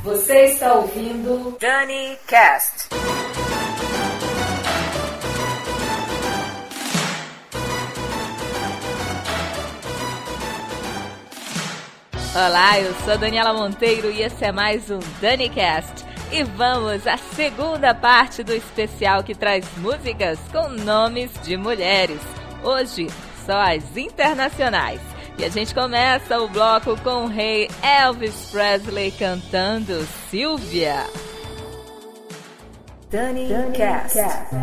Você está ouvindo Dani Cast. Olá, eu sou a Daniela Monteiro e esse é mais um Dani Cast. E vamos à segunda parte do especial que traz músicas com nomes de mulheres. Hoje, só as internacionais. E a gente começa o bloco com o rei Elvis Presley cantando Sylvia. Dani Cast.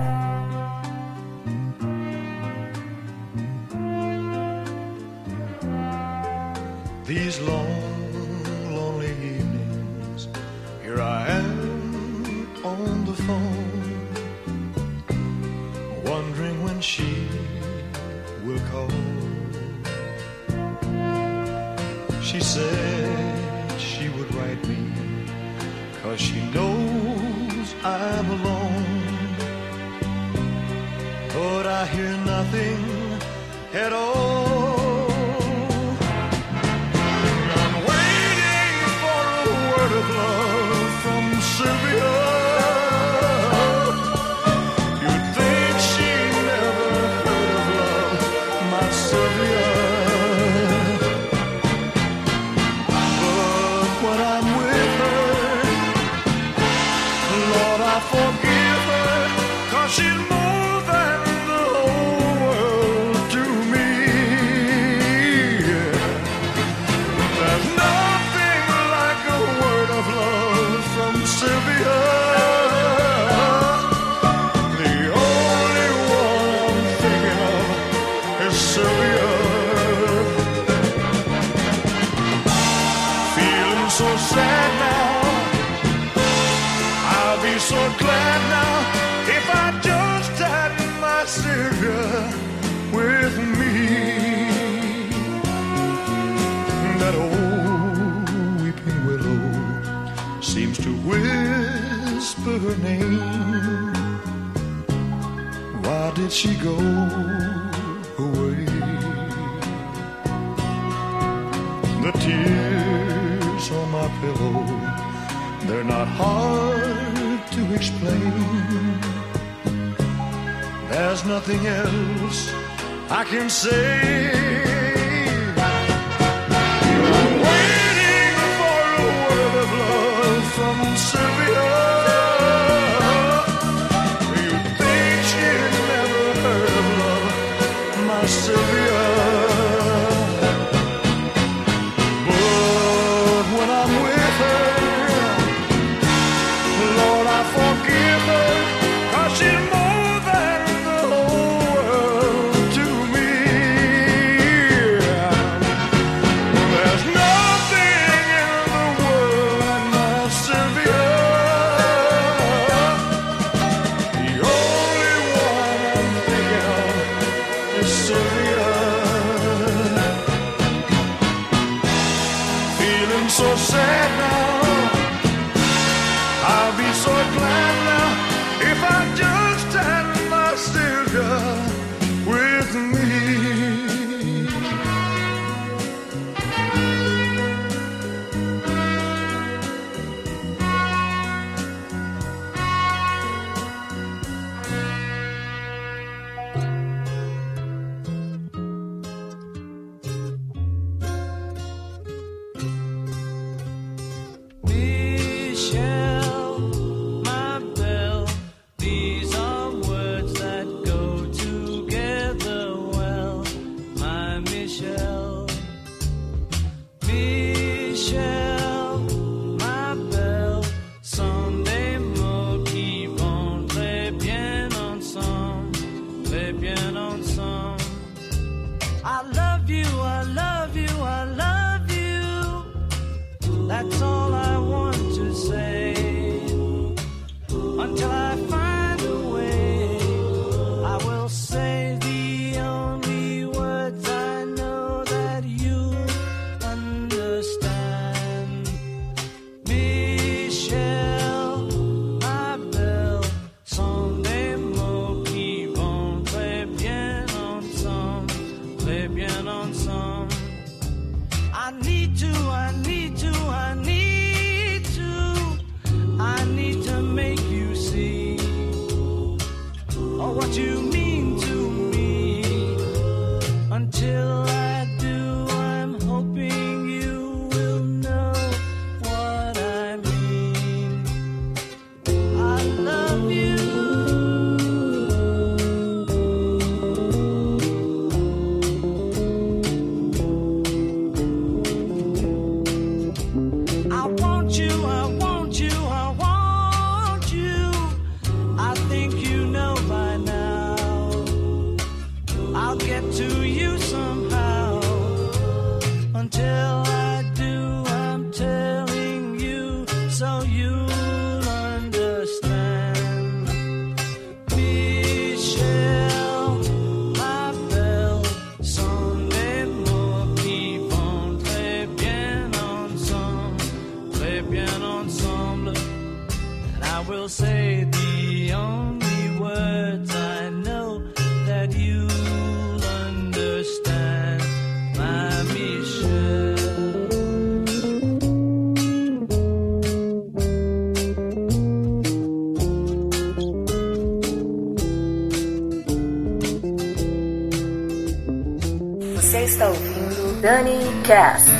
These long, lonely evenings, here I am on the phone, wondering when she will call. She said she would write me, 'cause she knows I'm alone, but I hear nothing at all. Of love from Sylvia. You'd think she never heard of love, my Sylvia. But when I'm with her, Lord, I forgive her, 'cause she's more than the whole world to me. There's nothing like a word of love from Sylvia. The only one I'm thinking of is Sylvia. Feeling so sad now, I'll be so glad now if I just had my Sylvia with me. That old weeping willow seems to whisper her name. Why did she go away? The tears on my pillow, they're not hard to explain. There's nothing else I can say. From Sylvia, you think she never heard of love, my Sylvia. But when I'm with her, Lord, I forgive her, 'cause she's more than the whole world to me. There's nothing in the world like my Sylvia. The only one I'm thinking of is Sylvia. Feeling so sad now, I'll be so glad now if I just had my Sylvia with me. Michelle, my baby. until I do, I'm telling you so you'll understand. Michel, ma belle, sont les mots qui vont très bien ensemble. And I will say the only words I know that you'll understand, my Michel. Você está ouvindo Dani Cast.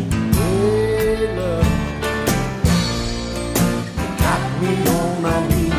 Me on my knees.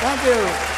Thank you.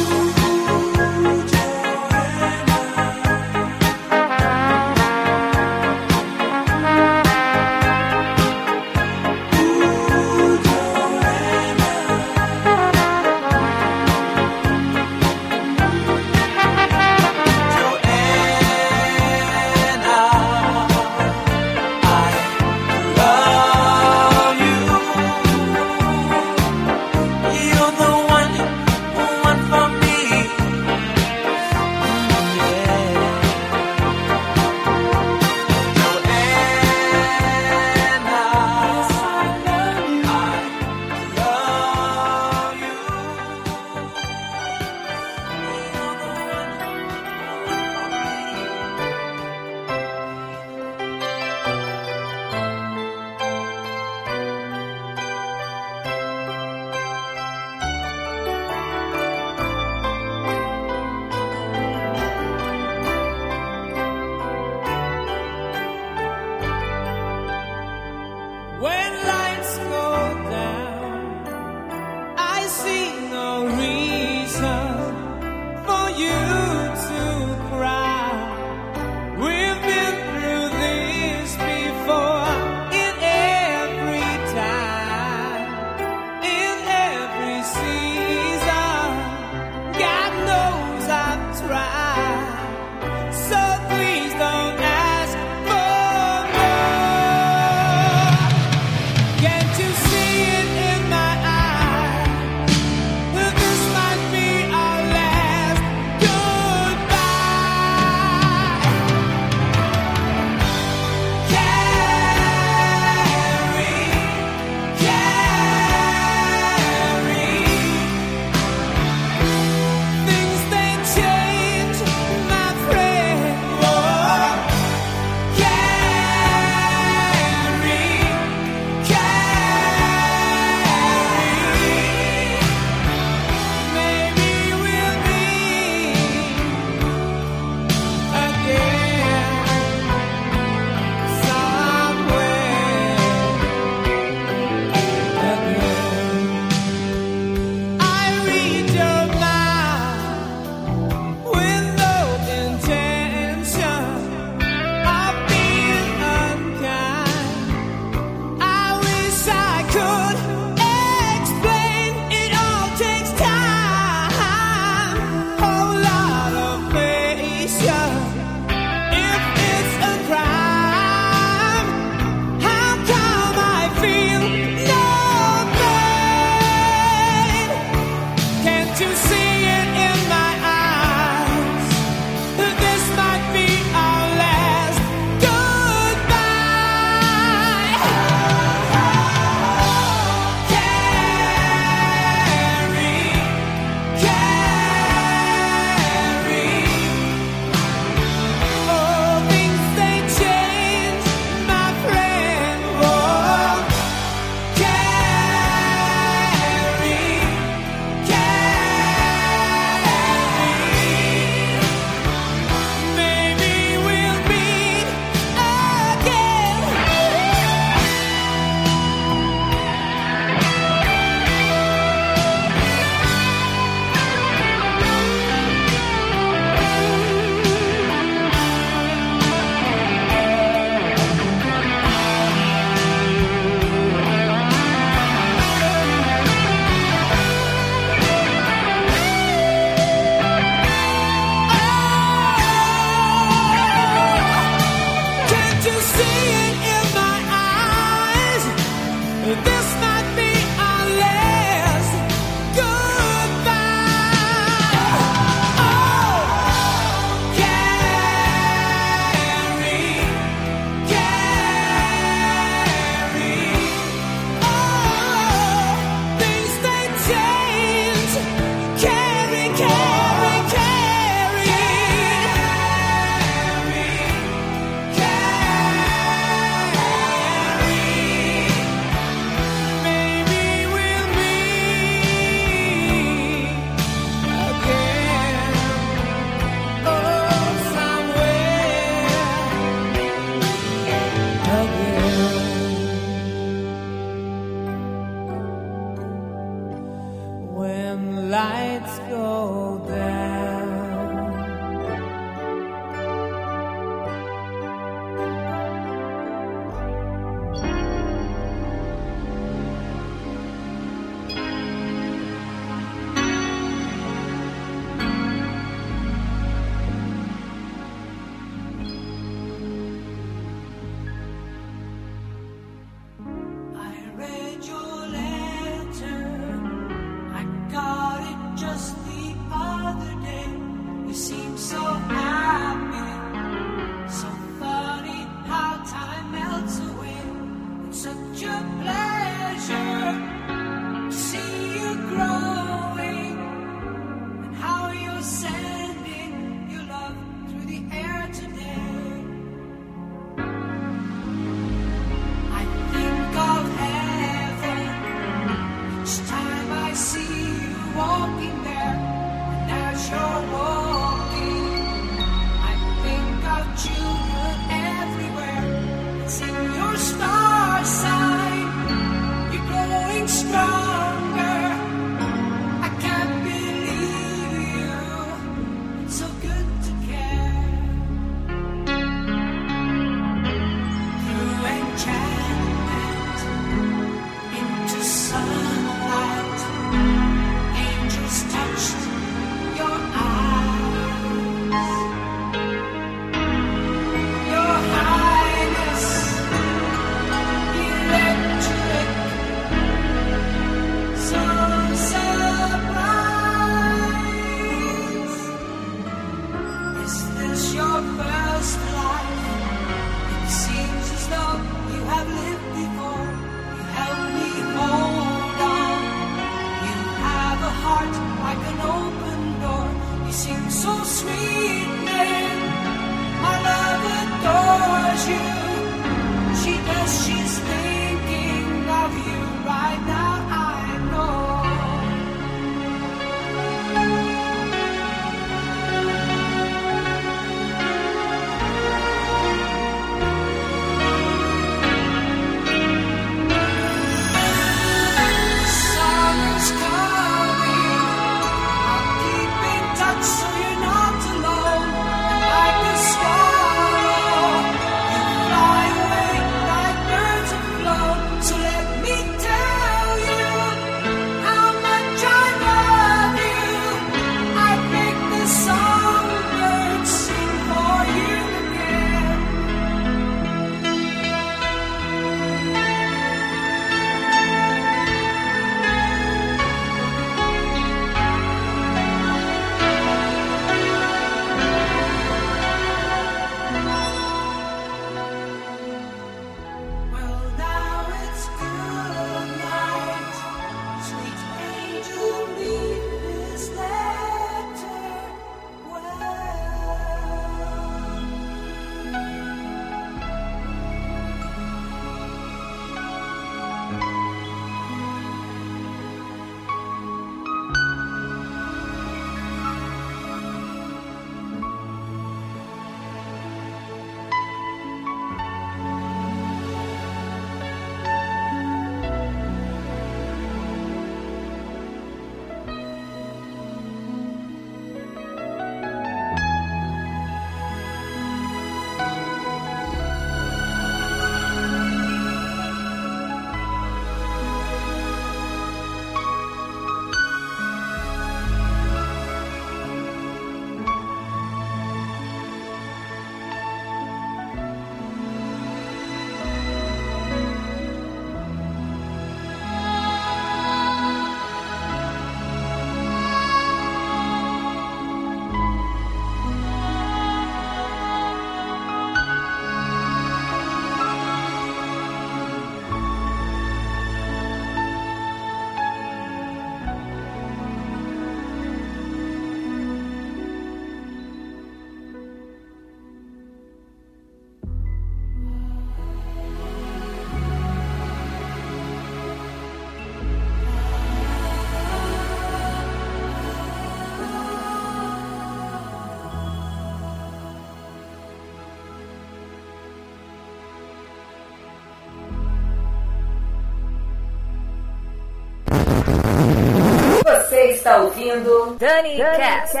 está ouvindo Dani Cast.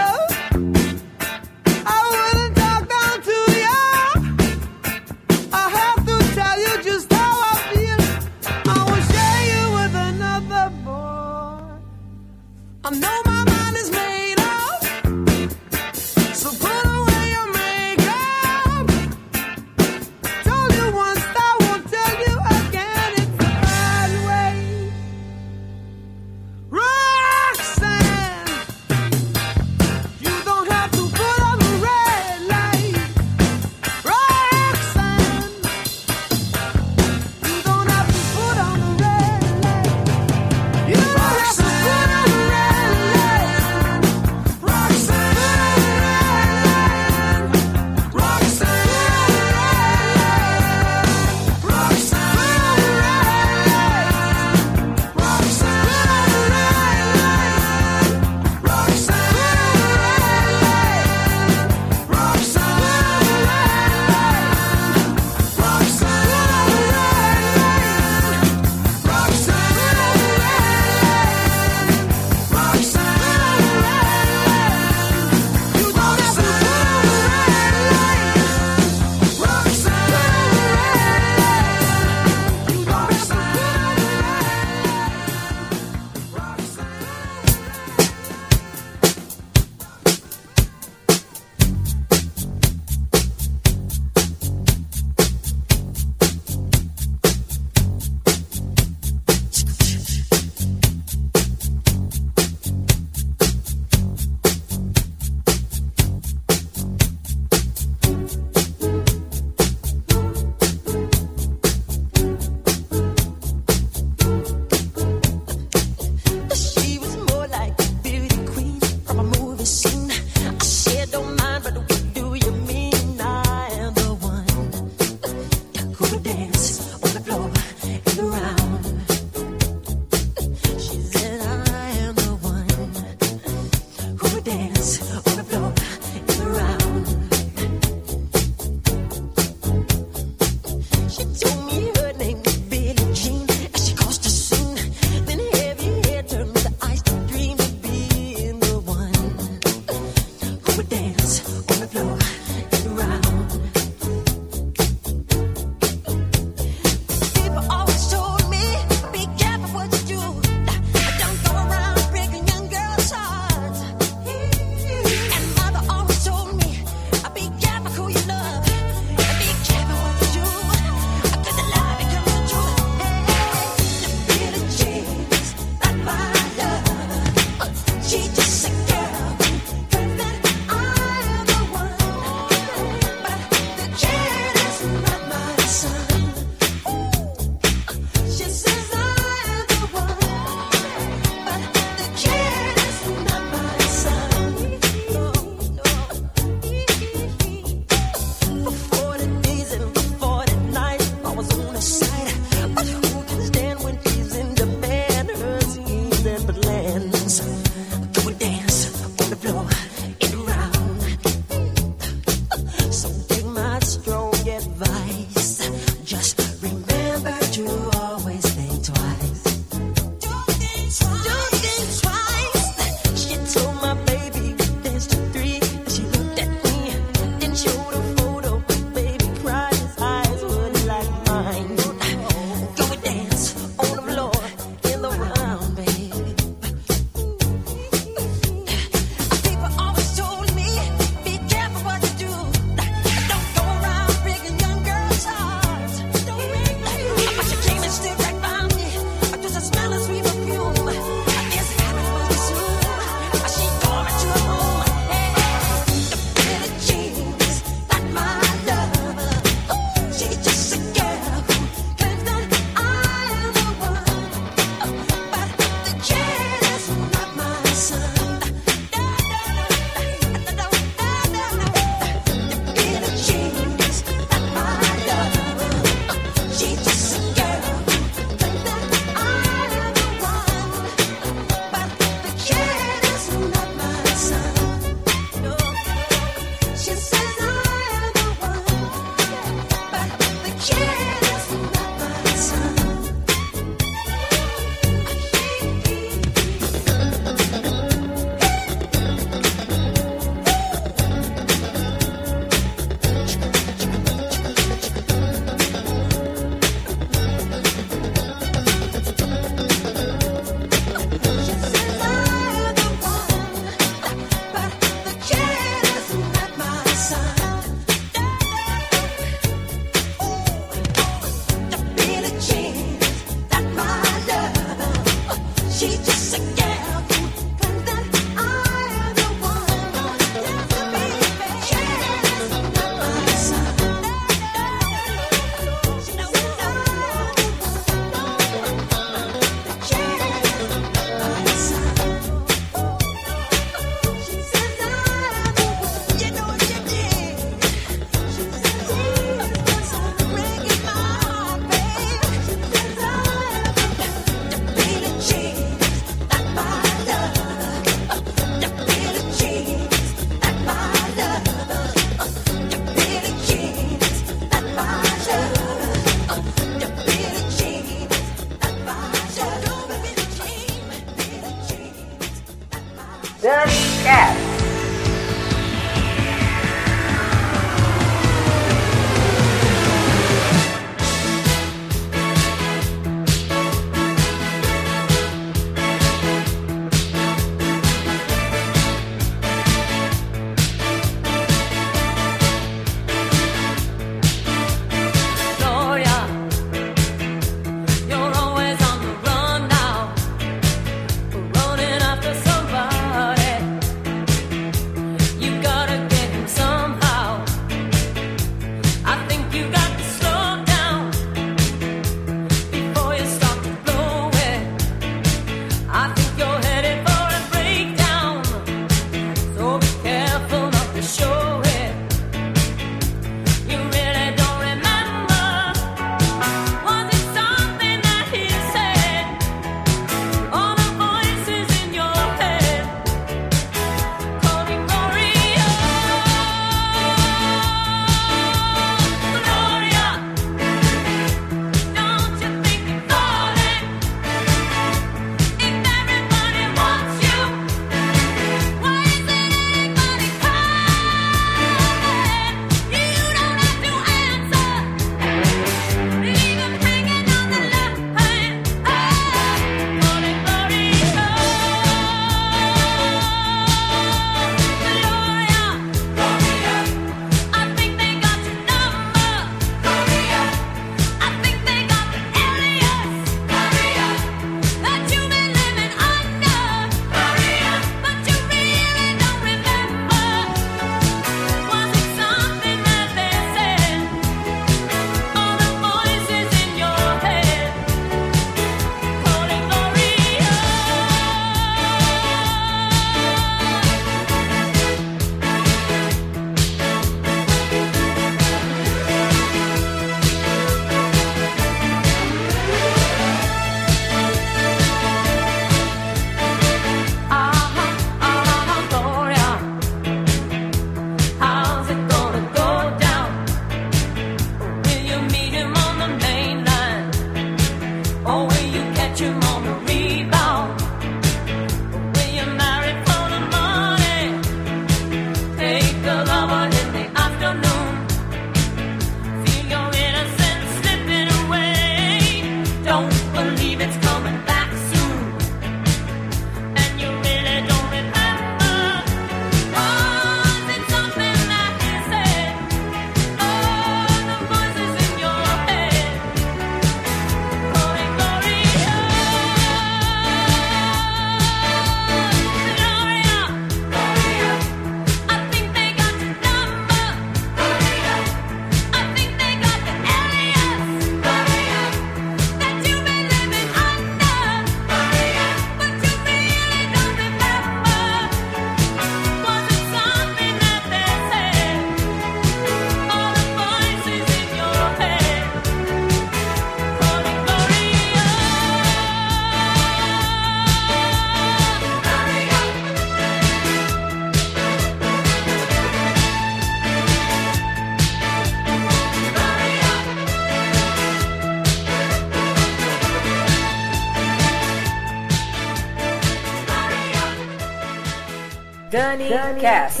Dani Cast.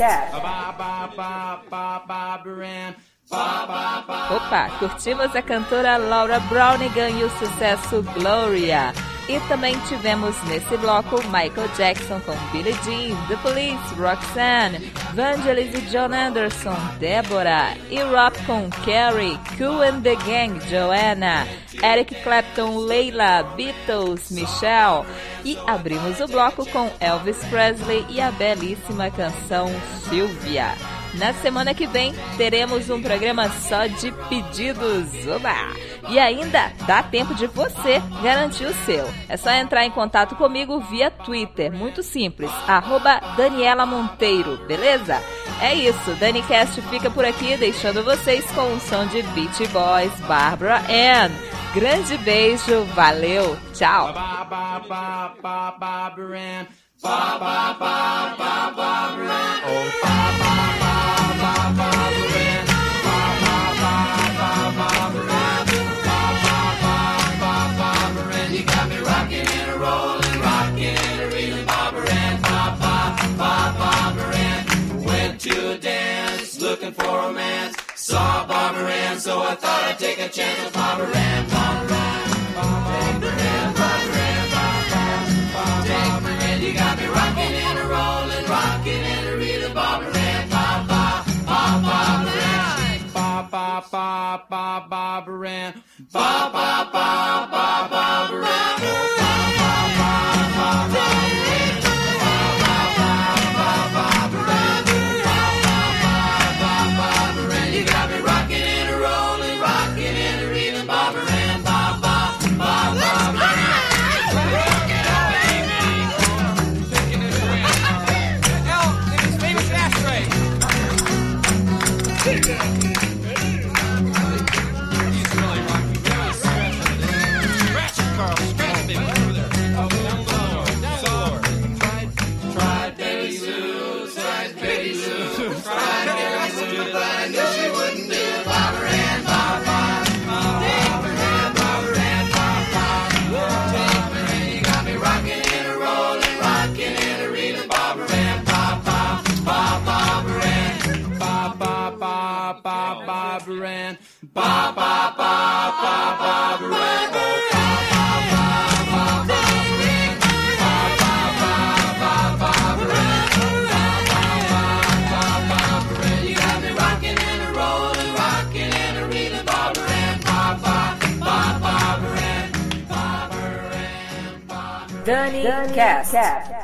Opa, curtimos a cantora Laura Brownigan e o sucesso Gloria. E também tivemos nesse bloco Michael Jackson com Billie Jean, The Police, Roxanne, Vangelis e John Anderson, Deborah, e Rob com Carrie, Kool and the Gang, Joanna, Eric Clapton, Leila, Beatles, Michelle. E abrimos o bloco com Elvis Presley e a belíssima canção Sylvia. Na semana que vem, teremos um programa só de pedidos. Oba! E ainda dá tempo de você garantir o seu. É só entrar em contato comigo via Twitter. Muito simples, @Daniela Monteiro, beleza? É isso, DaniCast fica por aqui, deixando vocês com um som de Beach Boys, Barbara Ann. Grande beijo, valeu, tchau! To dance, looking for romance. Saw Barbara Ann, so I thought I'd take a chance with Barbara Ann. Barbara Ann, Barbara Ann, Barbara Ann, Barbara Ann. You got me rocking and a rolling, rocking and a reeling. Barbara Ann, Barbara Ann, Barbara Ann, Barbara Ann. Dani Cast.